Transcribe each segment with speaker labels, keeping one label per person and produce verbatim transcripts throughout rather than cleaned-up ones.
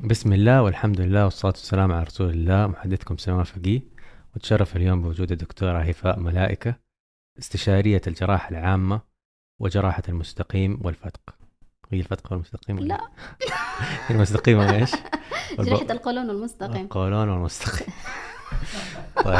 Speaker 1: بسم الله والحمد لله والصلاة والسلام على رسول الله. محدثكم سلمان فقيه، وتشرف اليوم بوجود الدكتورة هيفاء ملائكة، استشارية الجراحة العامة وجراحة المستقيم والفتق. هي الفتق والمستقيم ولا
Speaker 2: لا.
Speaker 1: المستقيم ولا ايش؟
Speaker 2: جريحة القولون والمستقيم.
Speaker 1: القولون والمستقيم. طيب.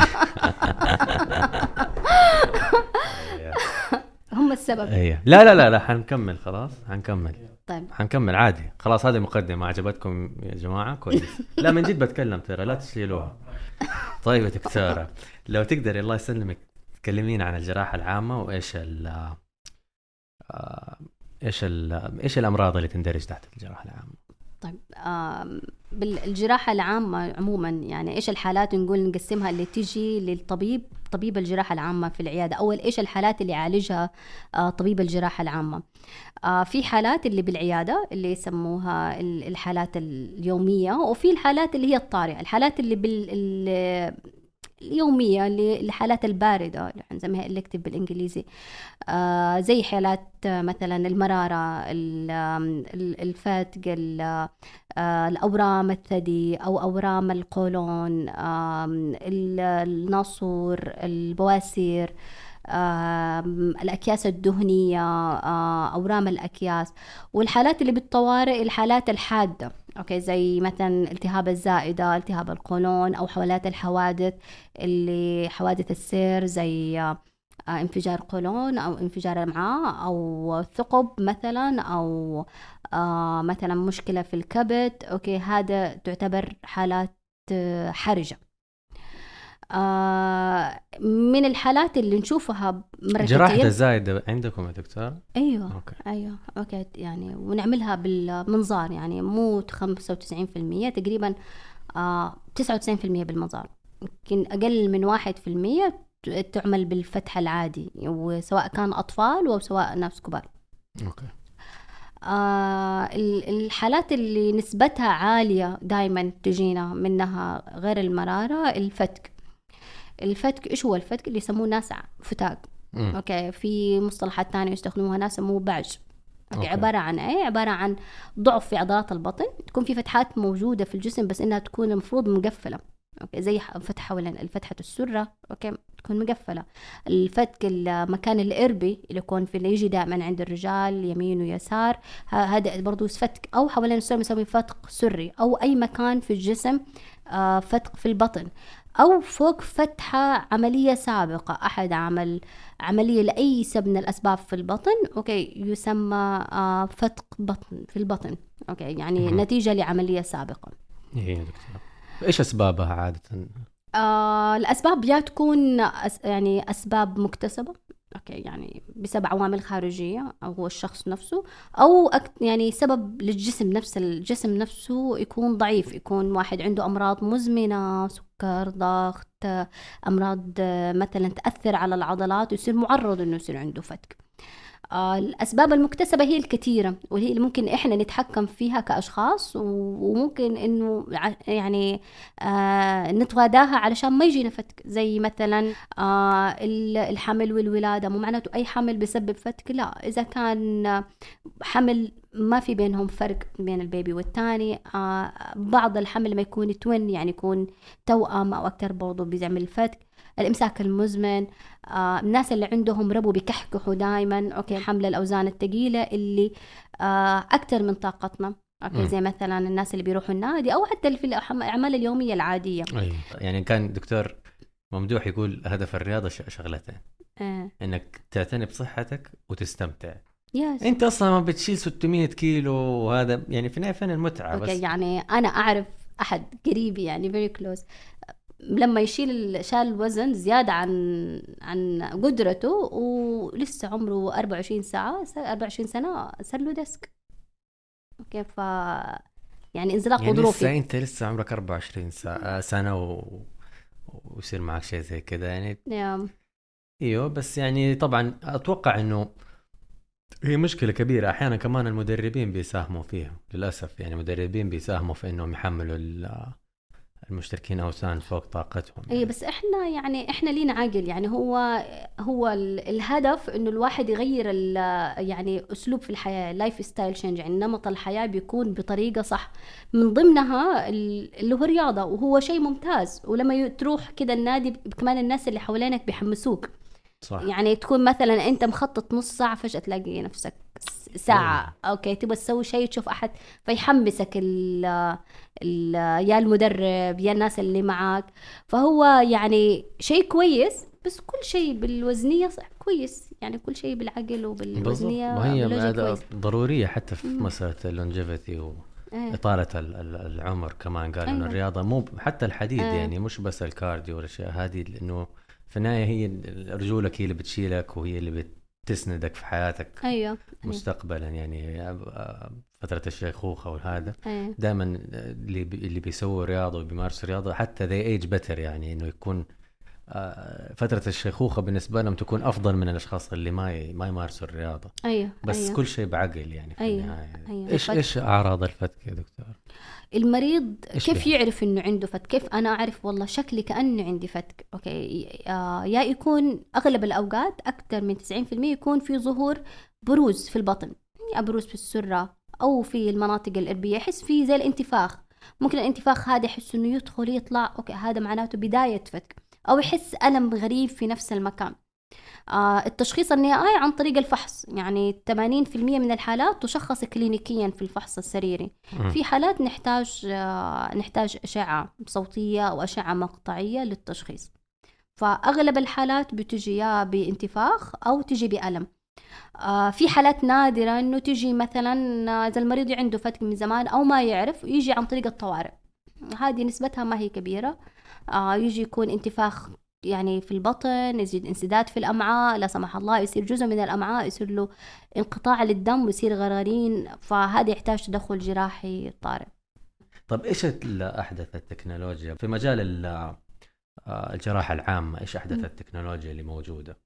Speaker 2: هم السبب.
Speaker 1: ايه لا لا لا لا حنكمل، خلاص حنكمل
Speaker 2: طيب
Speaker 1: حنكمل عادي، خلاص هذه مقدمة. عجبتكم يا جماعة؟ كويس. لا من جد بتكلم ترى، لا تشيلوها. طيب يا دكتورة، لو تقدر الله يسلمك تكلمين عن الجراحة العامة وإيش ال آه، إيش ال إيش الأمراض اللي تندرج تحت الجراحة العامة؟
Speaker 2: طيب آم، بالجراحة العامة عموما، يعني ايش الحالات نقول نقسمها اللي تيجي للطبيب، طبيب الجراحة العامة في العيادة. أول إيش الحالات اللي يعالجها آه، طبيب الجراحة العامة؟ آه، في حالات اللي بالعيادة اللي يسموها ال- الحالات اليومية، وفي الحالات اللي هي الطارئة، الحالات اللي بال ال- اليومية، اللي الحالات الباردة اللي نسميها إلكتيف بالإنجليزي. آه زي حالات آه، مثلا المرارة، ال- آم، ال- الفتق، ال- آه، الأورام الثدي أو أورام القولون، آم، ال- الناصور، البواسير، آم، الأكياس الدهنية، آه، أورام الأكياس. والحالات اللي بالطوارئ الحالات الحادة، أوكي، زي مثلا التهاب الزائدة، التهاب القولون، أو حالات الحوادث، اللي حوادث السير زي آه، انفجار قولون أو انفجار أمعاء أو ثقب مثلا، أو آه مثلا مشكلة في الكبد. أوكي، هذا تعتبر حالات آه، حرجة. آه من الحالات اللي نشوفها مرة
Speaker 1: جراحة
Speaker 2: كتير.
Speaker 1: الزايدة عندكم يا دكتور؟
Speaker 2: أيوة
Speaker 1: أوكي.
Speaker 2: أيوة أوكي، يعني ونعملها بالمنظار، يعني مو خمسة وتسعين في المية تقريبا، آه تسعة وتسعين في المية بالمنظار. يمكن أقل من واحد في المية تعمل بالفتح العادي، وسواء كان أطفال أو سواء ناس كبار.
Speaker 1: أوكي.
Speaker 2: آه الحالات اللي نسبتها عالية دايما تجينا منها غير المرارة، الفتك. الفتك إيش هو الفتك؟ اللي يسموه ناس فتاق.
Speaker 1: مم.
Speaker 2: أوكي، في مصطلحات تانية يستخدموها ناس يسموه بعج. أوكي.
Speaker 1: أوكي.
Speaker 2: عبارة عن إيه؟ عبارة عن ضعف في عضلات البطن، تكون في فتحات موجودة في الجسم بس إنها تكون المفروض مقفلة. أوكي، زي فتحة ولا الفتحة السرة، أوكي، تكون مقفلة. الفتك المكان الإربي اللي يكون في اللي يجي دائما عند الرجال يمين ويسار، هذا برضو فتك، أو حوالين السر نسميه فتق سري، أو أي مكان في الجسم آه فتق في البطن، أو فوق فتحة عملية سابقة، أحد عمل عملية لأي سبب من الأسباب في البطن، أوكي، يسمى آه فتق بطن في البطن. أوكي، يعني
Speaker 1: مم.
Speaker 2: نتيجة لعملية سابقة.
Speaker 1: إيه يا دكتور، إيش أسبابها عادة؟
Speaker 2: آه الأسباب يا تكون أس يعني أسباب مكتسبة، أوكي، يعني بسبب عوامل خارجية أو هو الشخص نفسه، أو أك يعني سبب للجسم، نفس الجسم نفسه يكون ضعيف، يكون واحد عنده أمراض مزمنة، سكر، ضغط، أمراض آه، مثلا تأثر على العضلات ويصير معرض إنه يصير عنده فتك. آه، الأسباب المكتسبة هي الكثيرة، وهي اللي ممكن إحنا نتحكم فيها كأشخاص، وممكن إنه يعني آه نتفاداها علشان ما يجينا فتك. زي مثلا آه الحمل والولادة، مو معناته أي حمل بيسبب فتك، لا، إذا كان حمل ما في بينهم فرق بين البيبي والتاني. آه بعض الحمل ما يكون توين، يعني يكون توأم أو أكتر، برضو بيعمل فتك. الإمساك المزمن، آه الناس اللي عندهم ربو بيكحكحوا دايما، أوكي، حمل الأوزان الثقيلة اللي آه أكتر من طاقتنا، أوكي،
Speaker 1: مم.
Speaker 2: زي مثلا الناس اللي بيروحوا النادي أو حتى في الأعمال اليومية العادية.
Speaker 1: أيوة. يعني كان دكتور ممدوح يقول هدف الرياضة ش- شغلتين:
Speaker 2: آه.
Speaker 1: انك تعتني بصحتك وتستمتع.
Speaker 2: يس.
Speaker 1: انت اصلا ما بتشيل ستمية كيلو، وهذا يعني في النهاية فين المتعة؟
Speaker 2: أوكي،
Speaker 1: بس
Speaker 2: يعني أنا أعرف أحد قريبي، يعني very close، لما يشيل شال وزن زيادة عن عن قدرته، ولسه عمره أربعة وعشرين ساعة، أربعة وعشرين سنة، صار له ديسك. اوكي، ف يعني انزلاق
Speaker 1: يعني
Speaker 2: غضروفي.
Speaker 1: لسه انت لسه عمرك أربعة وعشرين سا- سنة و... ويصير معك شيء زي كذا يعني.
Speaker 2: نعم.
Speaker 1: ايوه، بس يعني طبعا اتوقع انه هي مشكلة كبيرة. احيانا كمان المدربين بيساهموا فيها للاسف، يعني المدربين بيساهموا في انهم يحملوا ال- المشتركين أوزان فوق طاقتهم.
Speaker 2: اي بس احنا يعني احنا لينا عقل، يعني هو هو ال- الهدف انه الواحد يغير ال- يعني اسلوب في الحياه، لايف ستايل تشينج، يعني نمط الحياه بيكون بطريقه صح، من ضمنها ال- اللي هو الرياضه، وهو شيء ممتاز. ولما ي- تروح كده النادي كمان الناس اللي حوالينك بيحمسوك.
Speaker 1: صح.
Speaker 2: يعني تكون مثلا انت مخطط نص ساعه فجاه تلاقي نفسك س- ساعه اوكي تبغى تسوي شيء تشوف احد فيحمسك ال ال يا المدرب يا الناس اللي معك. فهو يعني شيء كويس، بس كل شيء بالوزنيه صح كويس، يعني كل شيء بالعقل وبالوزنيه
Speaker 1: وهي
Speaker 2: بالوجه
Speaker 1: هذا
Speaker 2: كويس.
Speaker 1: ضرورية حتى في
Speaker 2: مم.
Speaker 1: مسألة اللونجيفيتي
Speaker 2: ايه
Speaker 1: وإطالة ال- ال- العمر. كمان قالوا إنه
Speaker 2: ايوه
Speaker 1: الرياضة مو ب- حتى الحديد
Speaker 2: ايه
Speaker 1: يعني مش بس الكارديو والأشياء هذه، لأنه في النهاية هي رجولك هي اللي بتشيلك وهي اللي بتسندك في حياتك
Speaker 2: ايوه ايوه
Speaker 1: مستقبلا. يعني آه، فترة الشيخوخة وهذا
Speaker 2: ايه
Speaker 1: دائما اللي بي- اللي بيسووا رياضة وبيمارسوا رياضة حتى they age better، يعني إنه يكون آه، فترة الشيخوخة بالنسبة لهم تكون أفضل من الأشخاص اللي ما ي- ما يمارسوا الرياضة.
Speaker 2: ايوه
Speaker 1: بس
Speaker 2: ايوه
Speaker 1: كل شيء بعقل يعني في
Speaker 2: ايوه
Speaker 1: النهاية.
Speaker 2: ايوه
Speaker 1: إيش
Speaker 2: الفتك.
Speaker 1: إيش أعراض الفتك يا دكتور؟
Speaker 2: المريض
Speaker 1: إيش
Speaker 2: كيف
Speaker 1: بيه؟
Speaker 2: يعرف انه عنده فتك؟ كيف انا اعرف والله شكلي كانه عندي فتك؟ اوكي آه يا يكون اغلب الاوقات اكثر من تسعين بالمية يكون في ظهور بروز في البطن، يا بروز في السره او في المناطق الاربيه، يحس فيه زي الانتفاخ. ممكن الانتفاخ هذا يحس انه يدخل يطلع، اوكي هذا معناته بدايه فتك. او يحس الم غريب في نفس المكان. آه التشخيص النهائي عن طريق الفحص، يعني ثمانين بالمية من الحالات تشخص كلينيكيا في الفحص السريري.
Speaker 1: مم.
Speaker 2: في حالات نحتاج آه نحتاج أشعة صوتية أو أشعة مقطعية للتشخيص. فأغلب الحالات بتجي يا بانتفاخ أو تجي بألم. آه في حالات نادرة إنه تجي مثلا آه، إذا المريض عنده فتك من زمان أو ما يعرف يجي عن طريق الطوارئ، هذه نسبتها ما هي كبيرة. آه يجي يكون انتفاخ يعني في البطن، يزيد انسداد في الأمعاء لا سمح الله، يصير جزء من الأمعاء يصير له انقطاع للدم ويصير غرارين، فهذا يحتاج تدخل جراحي طارئ.
Speaker 1: طب إيش ال- أحدث التكنولوجيا في مجال ال- آه، الجراحة العامة؟ إيش أحدث
Speaker 2: مم.
Speaker 1: التكنولوجيا اللي موجودة؟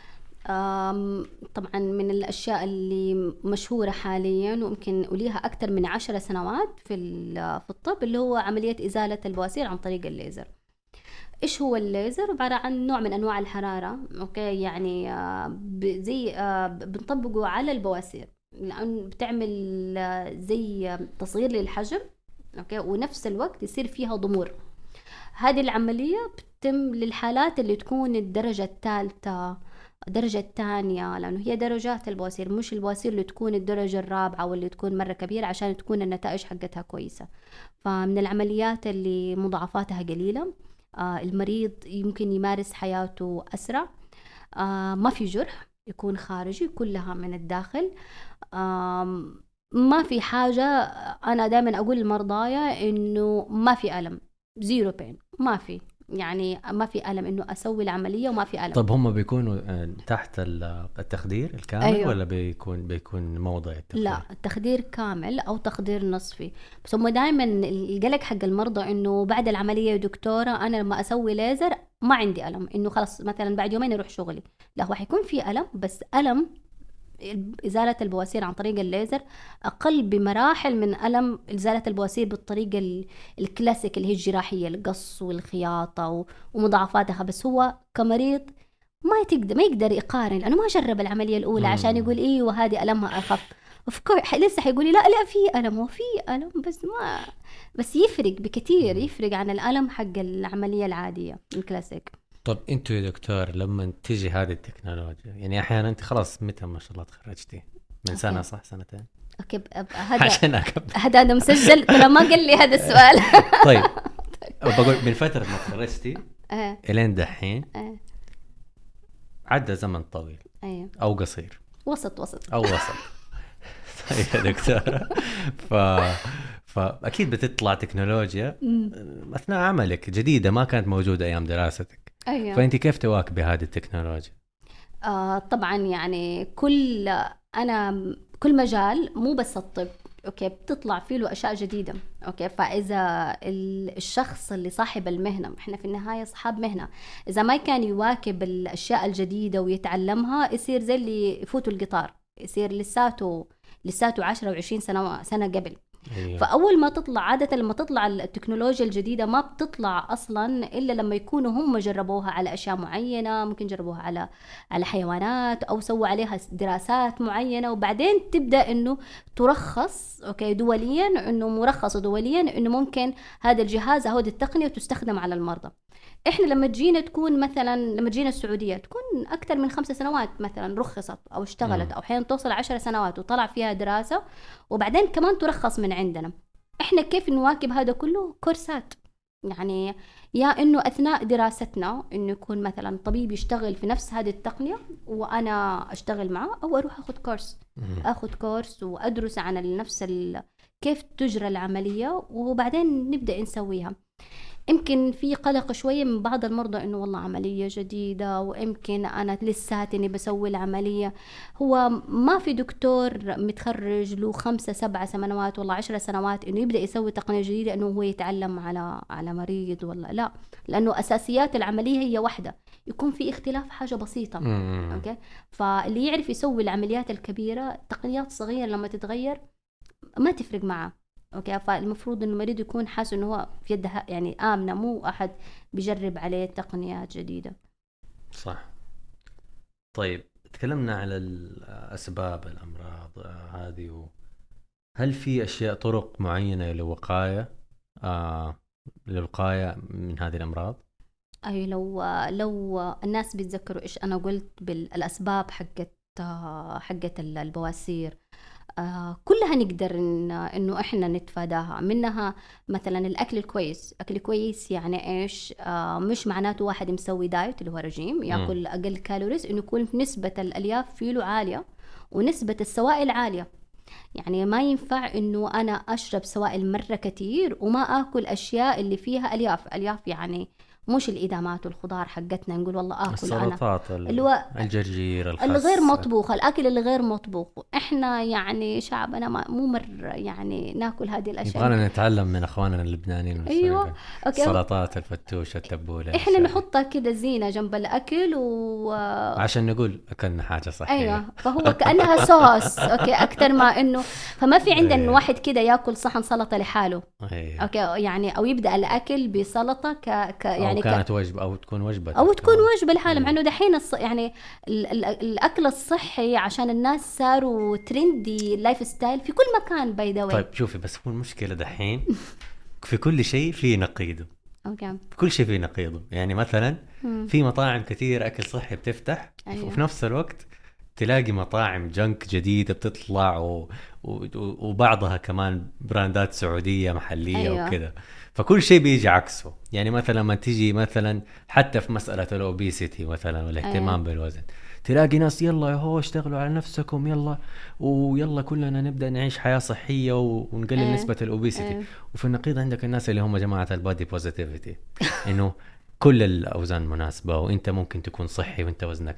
Speaker 2: آم، طبعا من الأشياء اللي مشهورة حاليا ويمكن وليها أكثر من عشر سنوات في ال- في الطب اللي هو عملية إزالة البواسير عن طريق الليزر. ايش هو الليزر؟ عبارة عن نوع من انواع الحرارة، اوكي يعني آه، ب- زي آه، ب- بنطبقه على البواسير، لأن بتعمل آه، زي آه، تصغير للحجم، اوكي ونفس الوقت يصير فيها ضمور. هذه العملية بتتم للحالات اللي تكون الدرجة الثالثة الدرجة الثانية، لأنه هي درجات البواسير، مش البواسير اللي تكون الدرجة الرابعة واللي تكون مرة كبيرة عشان تكون النتائج حقتها كويسة. فمن العمليات اللي مضاعفاتها قليلة، آه المريض يمكن يمارس حياته أسرع، آه ما في جرح يكون خارجي، كلها من الداخل. آه ما في حاجة. أنا دائما أقول لمرضايا إنه ما في ألم، زيرو بين، ما في يعني ما في ألم إنه أسوي العملية وما في ألم.
Speaker 1: طب هم بيكونوا آه، تحت ال- التخدير الكامل
Speaker 2: أيوة.
Speaker 1: ولا بيكون بيكون موضع التخدير؟
Speaker 2: لا التخدير كامل أو تخدير نصفي. بس هم دائما القلق حق المرضى إنه بعد العملية يا دكتورة أنا لما أسوي ليزر ما عندي ألم، إنه خلاص مثلا بعد يومين أروح شغلي. لا هو حيكون في ألم، بس ألم إزالة البواسير عن طريق الليزر أقل بمراحل من ألم إزالة البواسير بالطريقة ال- الكلاسيك اللي هي الجراحية، القص والخياطة و- ومضاعفاتها. بس هو كمريض ما تقدر ما يقدر يقارن لأنه ما جرب العملية الأولى
Speaker 1: مم.
Speaker 2: عشان يقول إيه وهذه ألمها أخف. أفكار لسه حيقولي لا لا في ألم وفي ألم، بس ما بس يفرق بكثير، يفرق عن الألم حق العملية العادية الكلاسيك.
Speaker 1: طب انتوا يا دكتور لما تيجي هذه التكنولوجيا، يعني احيانا انت خلاص متى ما شاء الله تخرجتي من سنه
Speaker 2: أوكي.
Speaker 1: صح سنتين
Speaker 2: أوكي ب- ب- هذا
Speaker 1: عشان اكبر.
Speaker 2: هذا أنا مسجل ترى ما قال لي هذا السؤال.
Speaker 1: طيب بقول من فتره ما تخرجتي
Speaker 2: إيه
Speaker 1: الين دحين
Speaker 2: إيه
Speaker 1: عدى زمن طويل
Speaker 2: أيوه
Speaker 1: او قصير
Speaker 2: وسط وسط.
Speaker 1: او وسط. طيب يا دكتورة ف... فاكيد بتطلع تكنولوجيا
Speaker 2: أمم.
Speaker 1: اثناء عملك جديده ما كانت موجوده ايام دراستك،
Speaker 2: أيوه
Speaker 1: فانت كيف تواكبي هذه التكنولوجيا؟
Speaker 2: آه طبعا يعني كل انا كل مجال مو بس الطب اوكي بتطلع فيه له اشياء جديده. اوكي فاذا ال- الشخص اللي صاحب المهنه، احنا في النهايه اصحاب مهنه، اذا ما كان يواكب الاشياء الجديده ويتعلمها يصير زي اللي يفوتوا القطار، يصير لساته لساته عشرة وعشرين سنه سنه قبل.
Speaker 1: أيوة.
Speaker 2: فاول ما تطلع عاده لما تطلع التكنولوجيا الجديده ما بتطلع اصلا الا لما يكونوا هم جربوها على اشياء معينه، ممكن جربوها على على حيوانات او سووا عليها دراسات معينه، وبعدين تبدا انه ترخص اوكي دوليا، انه مرخصه دوليا انه ممكن هذا الجهاز او هذه التقنيه تستخدم على المرضى. احنا لما تجينا تكون مثلا لما تجينا السعوديه تكون اكثر من خمسة سنوات مثلا رخصت او اشتغلت، او احيانا توصل عشر سنوات وطلع فيها دراسه وبعدين كمان ترخص من عندنا. احنا كيف نواكب هذا كله؟ كورسات، يعني يا انه اثناء دراستنا انه يكون مثلا طبيب يشتغل في نفس هذه التقنيه وانا اشتغل معه، او اروح اخذ كورس اخذ كورس وادرس عن نفس كيف تجرى العمليه وبعدين نبدا نسويها. يمكن في قلق شوية من بعض المرضى إنه والله عملية جديدة ويمكن أنا لساتني بسوي العملية. هو ما في دكتور متخرج له خمسة سبعة سنوات والله عشر سنوات إنه يبدأ يسوي تقنية جديدة إنه هو يتعلم على على مريض ولا لا، لأنه أساسيات العملية هي واحدة، يكون في اختلاف حاجة بسيطة. أوكي، فاللي يعرف يسوي العمليات الكبيرة التقنيات صغيرة لما تتغير ما تفرق معه. اوكي، فالمفروض انه المريض يكون حاسس انه هو في يده يعني امنه، مو احد بيجرب عليه تقنيات جديده.
Speaker 1: صح. طيب تكلمنا على الاسباب الامراض هذه و... هل في اشياء طرق معينه للوقايه آه للوقايه من هذه الامراض؟
Speaker 2: اي لو لو الناس بيتذكروا ايش انا قلت بالاسباب حقت حقت البواسير، آه كلها نقدر إن إنه إحنا نتفاداها. منها مثلا الأكل الكويس. أكل كويس يعني إيش؟ آه مش معناته واحد مسوي دايت اللي هو رجيم يأكل أقل كالوريز، إنه يكون نسبة الألياف فيه عالية ونسبة السوائل عالية. يعني ما ينفع إنه أنا أشرب سوائل مرة كتير وما أكل أشياء اللي فيها ألياف. ألياف يعني مش الإدامات والخضار حقتنا نقول والله آكل
Speaker 1: السلطات
Speaker 2: أنا اللي هو
Speaker 1: الجرجير الخس
Speaker 2: الغير مطبوخ، الأكل اللي غير مطبوخ. إحنا يعني شعبنا مو مر يعني ناكل هذه الأشياء.
Speaker 1: يبغانا نتعلم من أخواننا اللبنانيين.
Speaker 2: أيوة. أوكي.
Speaker 1: السلطات الفتوش التبولة
Speaker 2: إحنا نحطها كده زينة جنب الأكل و
Speaker 1: عشان نقول أكلنا حاجة صحية.
Speaker 2: أيوة، فهو كأنها صوص أوكي أكتر ما إنه فما في عندنا أيوة. واحد كده يأكل صحن سلطة لحاله.
Speaker 1: أيوة.
Speaker 2: أوكي يعني أو يبدأ الأكل بسلطة ك... ك... يعني
Speaker 1: أو كانت ك... وجبة أو تكون وجبة
Speaker 2: أو تكون وجبة لحالها، مع إنه دحين الص... يعني ال... ال... الأكل الصحي عشان الناس صاروا ترندي لايف ستايل في كل مكان باي ذا واي.
Speaker 1: طيب شوفي، بس هو المشكلة دحين في كل شيء في نقيضه.
Speaker 2: أوكي.
Speaker 1: في كل شيء في نقيضه. يعني مثلا مم. في مطاعم كثير أكل صحي بتفتح. أيوة. وفي نفس الوقت تلاقي مطاعم جنك جديدة بتطلع و... و... وبعضها كمان براندات سعودية محلية. أيوة. وكذا. فكل شيء بيجي عكسه. يعني مثلا ما تيجي مثلا حتى في مسألة الأوبيسيتي مثلا والاهتمام. أيوة. بالوزن، تلاقي ناس يلا يهو اشتغلوا على نفسكم يلا ويلا كلنا نبدأ نعيش حياة صحية ونقلل أيوة. نسبة الأوبيسيتي. أيوة. وفي النقيض عندك الناس اللي هم جماعة البادي بوزيتيفيتي إنه كل الأوزان مناسبة وإنت ممكن تكون صحي وإنت وزنك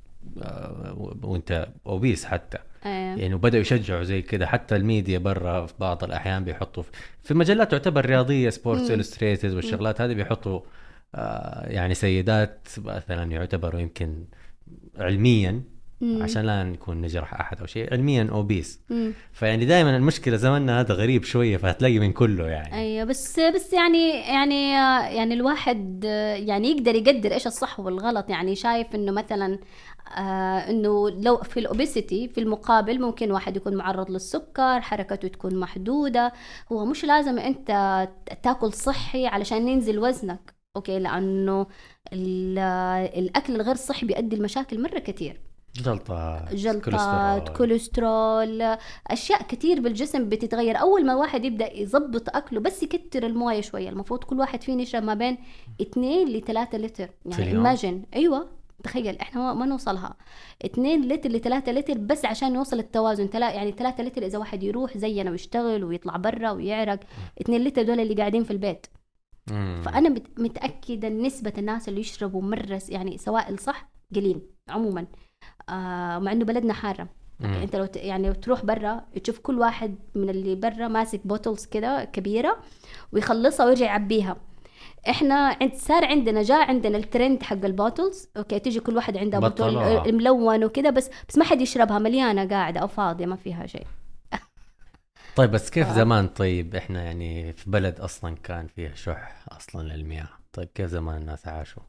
Speaker 1: وإنت أوبيس حتى. أيوة. يعني بدأوا يشجعوا زي كده. حتى الميديا برا في بعض الأحيان بيحطوا في مجلات تعتبر رياضية سبورتس إلستريتد والشغلات هذه بيحطوا آه يعني سيدات مثلا يعتبروا يمكن علميا مم. عشان لا نكون نجرح أحد أو شيء، علميا أوبيس. مم. فيعني دائما المشكلة زماننا هذا غريب شوية فهتلاقي من كله يعني.
Speaker 2: أيوة بس بس يعني يعني يعني الواحد يعني يقدر يقدر إيش الصح والغلط. يعني شايف إنه مثلا آه إنه لو في الأوبيسيتي في المقابل ممكن واحد يكون معرض للسكر، حركته تكون محدودة. هو مش لازم أنت تاكل صحي علشان ينزل وزنك. أوكي، لأنه الأكل الغير صحي بيؤدي المشاكل مرة كتير.
Speaker 1: جلطات،
Speaker 2: جلطات، كوليسترول، أشياء كتير بالجسم بتتغير. أول ما واحد يبدأ يضبط أكله بس يكتر الموية شوية. المفروض كل واحد فينا يشرب ما بين اثنين لثلاثة لتر. يعني إيماجين. أيوة تخيل إحنا ما نوصلها اثنين لتر لثلاثة لتر بس عشان نوصل التوازن. تلا يعني ثلاثة لتر إذا واحد يروح زينا ويشتغل ويطلع برا ويعرق. اثنين لتر دول اللي قاعدين في البيت. مم. فأنا متأكدة نسبة الناس اللي يشربوا مرة يعني سوائل صح قليل عموما. آه مع إنه بلدنا حارة. أنت لو ت... يعني تروح برا تشوف كل واحد من اللي برا ماسك بوتلز كده كبيرة ويخلصها ويرجع يعبيها. إحنا عند صار عندنا جاء عندنا الترند حق البوتلز. أوكي، تيجي كل واحد عنده بوتل ملون وكده بس بس ما حد يشربها، مليانة قاعدة أو فاضية ما فيها شيء.
Speaker 1: طيب بس كيف زمان؟ طيب احنا يعني في بلد اصلا كان فيها شح اصلا للمياه، طيب كيف زمان الناس عاشوا؟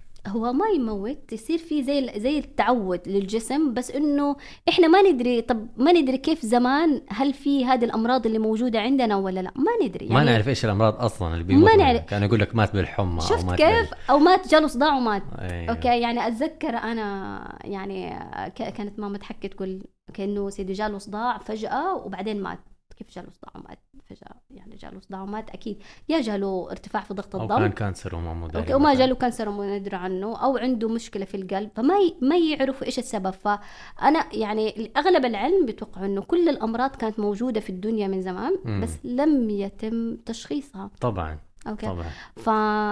Speaker 2: هو ما يموت، يصير في زي زي التعود للجسم، بس انه احنا ما ندري. طب ما ندري كيف زمان، هل في هذه الامراض اللي موجوده عندنا ولا لا؟ ما ندري
Speaker 1: ما
Speaker 2: يعني.
Speaker 1: نعرف ايش الامراض اصلا اللي بيموت
Speaker 2: ما
Speaker 1: منها،
Speaker 2: نعرف.
Speaker 1: كان يقول لك مات بالحمى او
Speaker 2: شفت
Speaker 1: مات
Speaker 2: كيف؟
Speaker 1: بال
Speaker 2: او مات جاله صداع ومات.
Speaker 1: أيوه.
Speaker 2: اوكي يعني اتذكر انا يعني ك- كانت ماما تحكي تقول كانه سيدي جاله صداع فجاه وبعدين مات. كيف جاله صداع ومات فجاه؟ يعني جاله صداع ومات اكيد يا جاله ارتفاع في ضغط
Speaker 1: او
Speaker 2: الدم،
Speaker 1: كان كانسر وما مو
Speaker 2: اوكي،
Speaker 1: دارين
Speaker 2: وما
Speaker 1: مثلا.
Speaker 2: جاله كانسر وما ندري عنه، او عنده مشكله في القلب، فما ي... ما يعرفوا ايش السبب. فانا يعني اغلب العلم بيتوقع انه كل الامراض كانت موجوده في الدنيا من زمان،
Speaker 1: مم.
Speaker 2: بس لم يتم تشخيصها.
Speaker 1: طبعا
Speaker 2: اوكي.
Speaker 1: طبعا.
Speaker 2: ف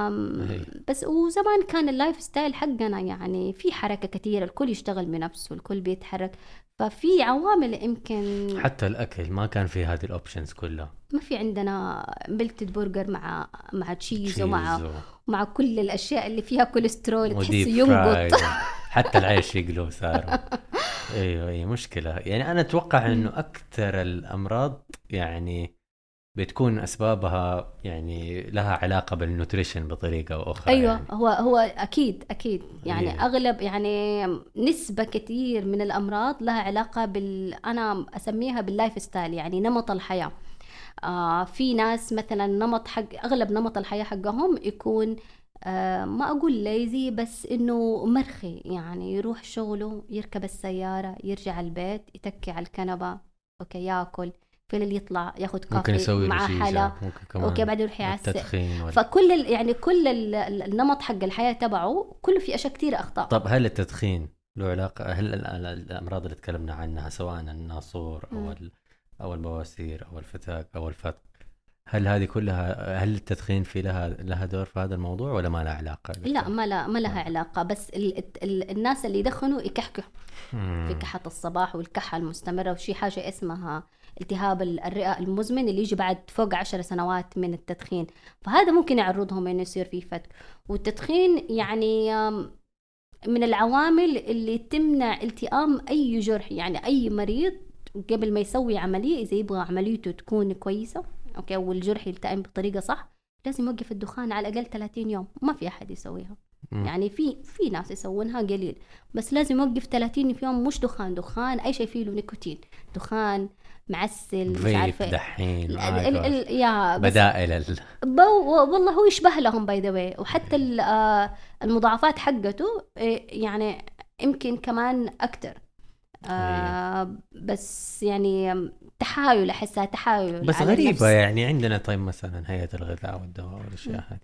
Speaker 1: هي.
Speaker 2: بس وزمان كان اللايف ستايل حقنا يعني في حركه كثيره، الكل يشتغل بنفسه، الكل بيتحرك، ففي عوامل يمكن.
Speaker 1: حتى الاكل ما كان في هذه الاوبشنز كلها.
Speaker 2: ما في عندنا بلتد برجر مع مع تشيز
Speaker 1: تشيز
Speaker 2: ومع
Speaker 1: و...
Speaker 2: مع كل الاشياء اللي فيها كوليسترول
Speaker 1: وديب
Speaker 2: تحس ينقط.
Speaker 1: فرايد حتى العيش يقلو صار. ايوه اي مشكله. يعني انا اتوقع انه اكثر الامراض يعني بتكون اسبابها يعني لها علاقه بالنوتريشن بطريقه او اخرى.
Speaker 2: ايوه
Speaker 1: يعني.
Speaker 2: هو هو اكيد اكيد يعني
Speaker 1: أيوة.
Speaker 2: اغلب يعني نسبه كثير من الامراض لها علاقه بال انا اسميها باللايف ستايل، يعني نمط الحياه. آه في ناس مثلا نمط حق اغلب نمط الحياه حقهم يكون آه ما اقول ليزي، بس انه مرخي، يعني يروح شغله، يركب السياره، يرجع البيت، يتكي على الكنبه، اوكي، ياكل في الليل، يطلع ياخذ
Speaker 1: ممكن
Speaker 2: كافي
Speaker 1: يسوي له
Speaker 2: مع
Speaker 1: شيشة،
Speaker 2: حلا،
Speaker 1: ممكن كمان
Speaker 2: اوكي، بعدين يروح يعسل.
Speaker 1: التدخين وال...
Speaker 2: فكل ال- يعني كل ال- ال- النمط حق الحياه تبعه كله في اشياء كثير اخطاء.
Speaker 1: طب هل التدخين له علاقة؟ هل ال- ال- الأمراض اللي تكلمنا عنها سواء الناصور أو
Speaker 2: مم.
Speaker 1: ال... أو البواسير أو الفتاك أو الفتق، هل هذه كلها، هل التدخين في لها لها دور في هذا الموضوع ولا ما لها علاقة؟
Speaker 2: لا ما لا ما لها علاقه، بس ال ال الناس اللي يدخنوا يكحكوا في كحة الصباح والكحة المستمرة، وشي حاجة اسمها التهاب الرئة المزمن اللي يجي بعد فوق عشر سنوات من التدخين، فهذا ممكن يعرضهم انه يصير فيه فتك. والتدخين يعني من العوامل اللي تمنع التئام اي جرح، يعني اي مريض قبل ما يسوي عملية اذا يبغى عمليته تكون كويسة، اوكي، والجرح يلتئم بطريقة صح، لازم يوقف الدخان على الاقل ثلاثين يوم. ما في احد يسويها.
Speaker 1: مم.
Speaker 2: يعني في في ناس يسوونها قليل، بس لازم يوقف ثلاثين يوم. مش دخان دخان اي شيء فيه له نيكوتين، دخان معسل مش
Speaker 1: فيب
Speaker 2: عارفه
Speaker 1: دحين
Speaker 2: ال ال
Speaker 1: آه
Speaker 2: ال يا بس
Speaker 1: بدائل ال...
Speaker 2: بو والله هو يشبه لهم باي ذا واي، وحتى ال- آه، المضاعفات حقته إيه، يعني يمكن كمان اكتر. آه بس يعني تحايل، احسها تحايل
Speaker 1: بس
Speaker 2: على
Speaker 1: غريبة
Speaker 2: النفس.
Speaker 1: يعني. عندنا طيب مثلا هيئة الغذاء والدواء والأشياء هذه،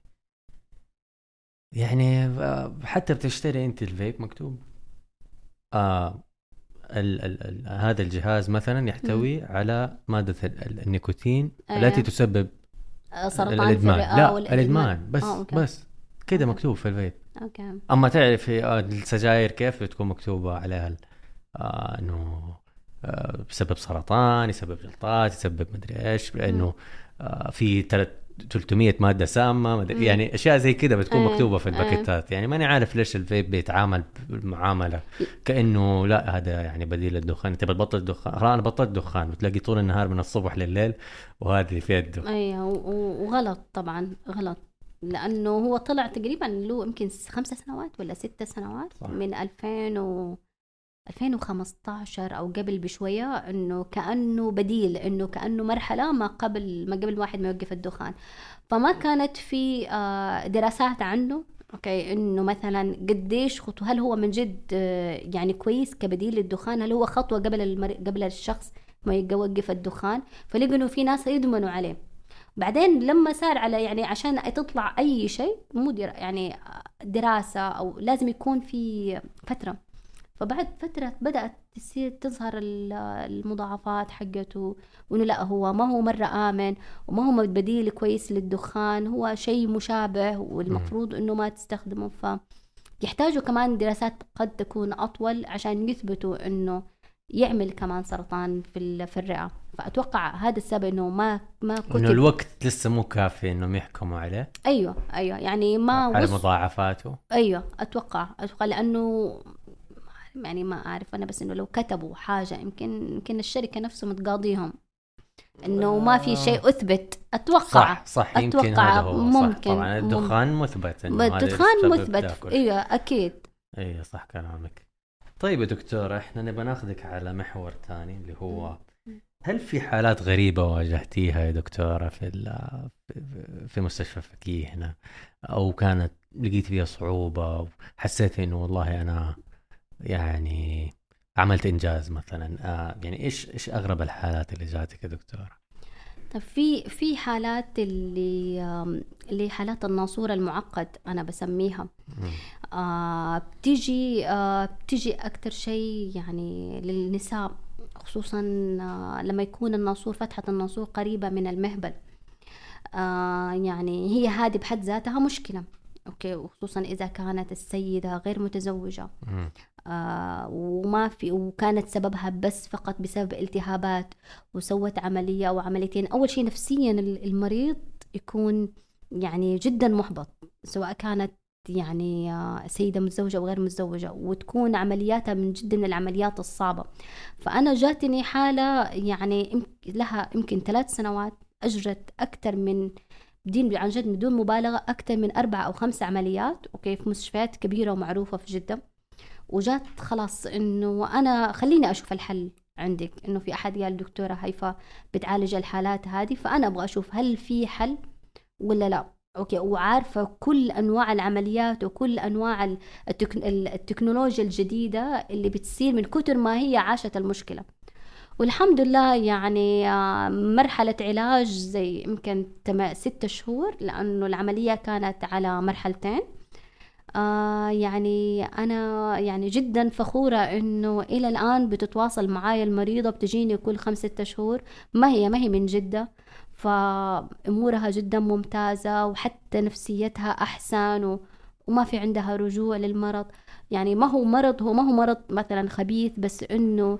Speaker 1: يعني آه، حتى بتشتري انت الفيب مكتوب آه ال ال ال هذا الجهاز مثلا يحتوي
Speaker 2: مم.
Speaker 1: على مادة ال- ال- النيكوتين
Speaker 2: أيوة.
Speaker 1: التي تسبب
Speaker 2: آه، سرطان في
Speaker 1: الإدمان.
Speaker 2: الرئة
Speaker 1: لا
Speaker 2: والإدمان.
Speaker 1: الإدمان بس
Speaker 2: آه، أوكي.
Speaker 1: بس كده
Speaker 2: أوكي.
Speaker 1: مكتوب في الفيب.
Speaker 2: اوكي.
Speaker 1: أما تعرفي آه، السجاير كيف بتكون مكتوبة عليها ال- آه إنه آه بسبب سرطان، يسبب جلطات، يسبب مدري إيش، لأنه آه في ثلاث ثلاثمية مادة سامة مدري،
Speaker 2: مم.
Speaker 1: يعني أشياء زي كده بتكون
Speaker 2: أيه.
Speaker 1: مكتوبة في
Speaker 2: أيه.
Speaker 1: الباكيتات. يعني ماني عارف ليش الفيب بيتعامل بالمعاملة كأنه لا هذا يعني بديل للدخان، انت بتبطل دخان، انا بطلت دخان وتلاقي طول النهار من الصبح لليل وهذه في يده.
Speaker 2: ايوه و- وغلط طبعا، غلط، لانه هو طلع تقريبا له يمكن خمسة سنوات ولا ستة سنوات
Speaker 1: صح.
Speaker 2: من ألفين و ألفين وخمستاشر او قبل بشويه، انه كانه بديل، انه كانه مرحله ما قبل ما قبل الواحد ما يوقف الدخان. فما كانت في آه، دراسات عنه، اوكي، انه مثلا قديش خطوه، هل هو من جد آه، يعني كويس كبديل للدخان، هل هو خطوه قبل المر... قبل الشخص ما يوقف الدخان. فلقوا انه في ناس يدمنوا عليه. بعدين لما صار على يعني عشان تطلع اي شيء مو در... يعني دراسه او لازم يكون في فتره، فبعد فترة بدأت تصير تظهر ال- المضاعفات حقته، وإنه لا هو ما هو مرة آمن، وما هو بديل كويس للدخان، هو شيء مشابه والمفروض إنه ما تستخدمه. فيحتاجوا كمان دراسات قد تكون أطول عشان يثبتوا إنه يعمل كمان سرطان في ال- في الرئة. فأتوقع هذا السبب إنه ما ما
Speaker 1: انه
Speaker 2: كتب.
Speaker 1: الوقت لسه مو كافي انهم يحكموا عليه
Speaker 2: أيوة أيوة يعني ما
Speaker 1: على
Speaker 2: وص...
Speaker 1: مضاعفاته.
Speaker 2: أيوة أتوقع أتوقع لأنه يعني ما أعرف أنا، بس إنه لو كتبوا حاجة يمكن يمكن الشركة نفسه متقاضيهم انه ما في شيء اثبت. اتوقع
Speaker 1: صح صح يمكن
Speaker 2: أتوقع
Speaker 1: هذا هو
Speaker 2: ممكن
Speaker 1: صح. طبعا الدخان مثبت انه هذا
Speaker 2: الدخان
Speaker 1: السبب
Speaker 2: مثبت
Speaker 1: تاكل.
Speaker 2: ايوه اكيد.
Speaker 1: ايوه صح كلامك. طيب يا دكتورة احنا نبغى ناخذك على محور ثاني اللي هو هل في حالات غريبة واجهتيها يا دكتورة في في مستشفى فكيه هنا او كانت لقيت فيها صعوبة وحسيت انه والله انا يعني عملت انجاز مثلا؟ آه يعني ايش ايش اغرب الحالات اللي جاتك يا دكتورة؟
Speaker 2: طب في في حالات اللي اللي حالات الناصور المعقد انا بسميها. آه بتيجي آه بتيجي اكثر شيء يعني للنساء، خصوصا آه لما يكون الناصور فتحة الناصور قريبة من المهبل. آه يعني هي هذه بحد ذاتها مشكلة، اوكي، وخصوصا اذا كانت السيدة غير متزوجة آه وما في وكانت سببها بس فقط بسبب التهابات وسوت عملية او عمليتين. اول شيء نفسيا المريض يكون يعني جدا محبط، سواء كانت يعني آه سيدة متزوجة او غير متزوجة، وتكون عملياتها من جد من العمليات الصعبة. فانا جاتني حالة يعني لها يمكن ثلاث سنوات اجرت اكثر من بدين عن جد بدون مبالغة أكثر من أربع أو خمس عمليات، أوكي، في مستشفيات كبيرة ومعروفة في جدة. وجات خلاص إنه أنا خليني أشوف الحل عندك، إنه في أحد قال دكتورة هيفا بتعالج الحالات هذه، فأنا أبغى أشوف هل في حل ولا لا. أوكي، وعارفة كل أنواع العمليات وكل أنواع التك... التكنولوجيا الجديدة اللي بتصير من كتر ما هي عاشت المشكلة. والحمد لله يعني مرحلة علاج زي يمكن ستة شهور، لأنه العملية كانت على مرحلتين. آه يعني أنا يعني جدا فخورة إنه إلى الآن بتتواصل معايا المريضة، بتجيني كل خمسة ستة شهور. ما هي ما هي من جدة، فأمورها جدا ممتازة وحتى نفسيتها أحسن و وما في عندها رجوع للمرض. يعني ما هو مرض هو ما هو مرض مثلا خبيث، بس إنه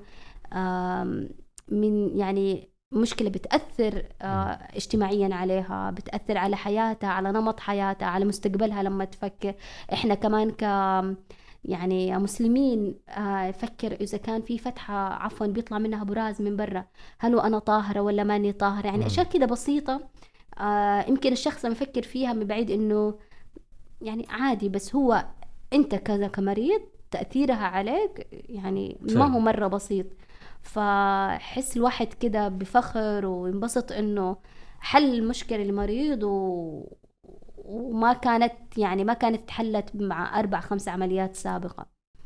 Speaker 2: من يعني مشكلة بتأثر اجتماعيا عليها، بتأثر على حياتها، على نمط حياتها، على مستقبلها لما تفكر. احنا كمان ك يعني مسلمين فكر إذا كان في فتحة عفوا بيطلع منها براز من برا، هل أنا طاهرة ولا ماني طاهرة؟ يعني أشياء كده بسيطة يمكن الشخص مفكر فيها من بعيد إنه يعني عادي، بس هو أنت كذا كمريض تأثيرها عليك يعني ما هو مرة بسيط. فحس الواحد كده بفخر وينبسط انه حل المشكلة المريض و... وما كانت يعني ما كانت تحلت مع أربع خمس عمليات سابقة.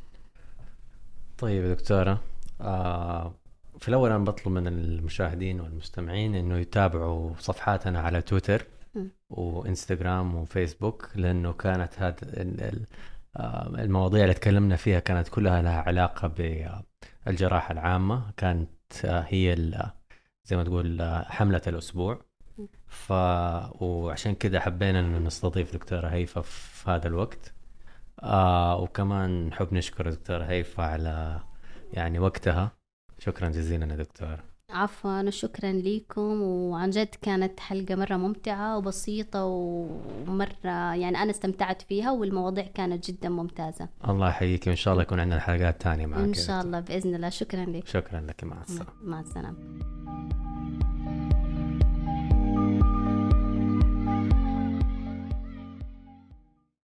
Speaker 1: طيب دكتورة، آه في الأول أنا بطلب من المشاهدين والمستمعين إنه يتابعوا صفحاتنا على تويتر م. وإنستغرام وفيسبوك، لأنه كانت هذه المواضيع اللي تكلمنا فيها كانت كلها لها علاقة بالجراحة العامة. كانت هي زي ما تقول حملة الأسبوع، ف وعشان كده حبينا إنه نستضيف دكتورة هيفا في هذا الوقت. آه وكمان نحب نشكر دكتورة هيفا على يعني وقتها. شكرا جزيلا يا دكتورة.
Speaker 2: عفوا، شكرا لكم، وعن جد كانت حلقة مرة ممتعة وبسيطة ومرة يعني أنا استمتعت فيها، والمواضيع كانت جدا ممتازة.
Speaker 1: الله يحييك، وإن شاء الله يكون عندنا حلقات تانية معك
Speaker 2: إن شاء الله بإذن الله. شكرا لك.
Speaker 1: شكرا لك. مع السلامة.
Speaker 2: مع السلامة.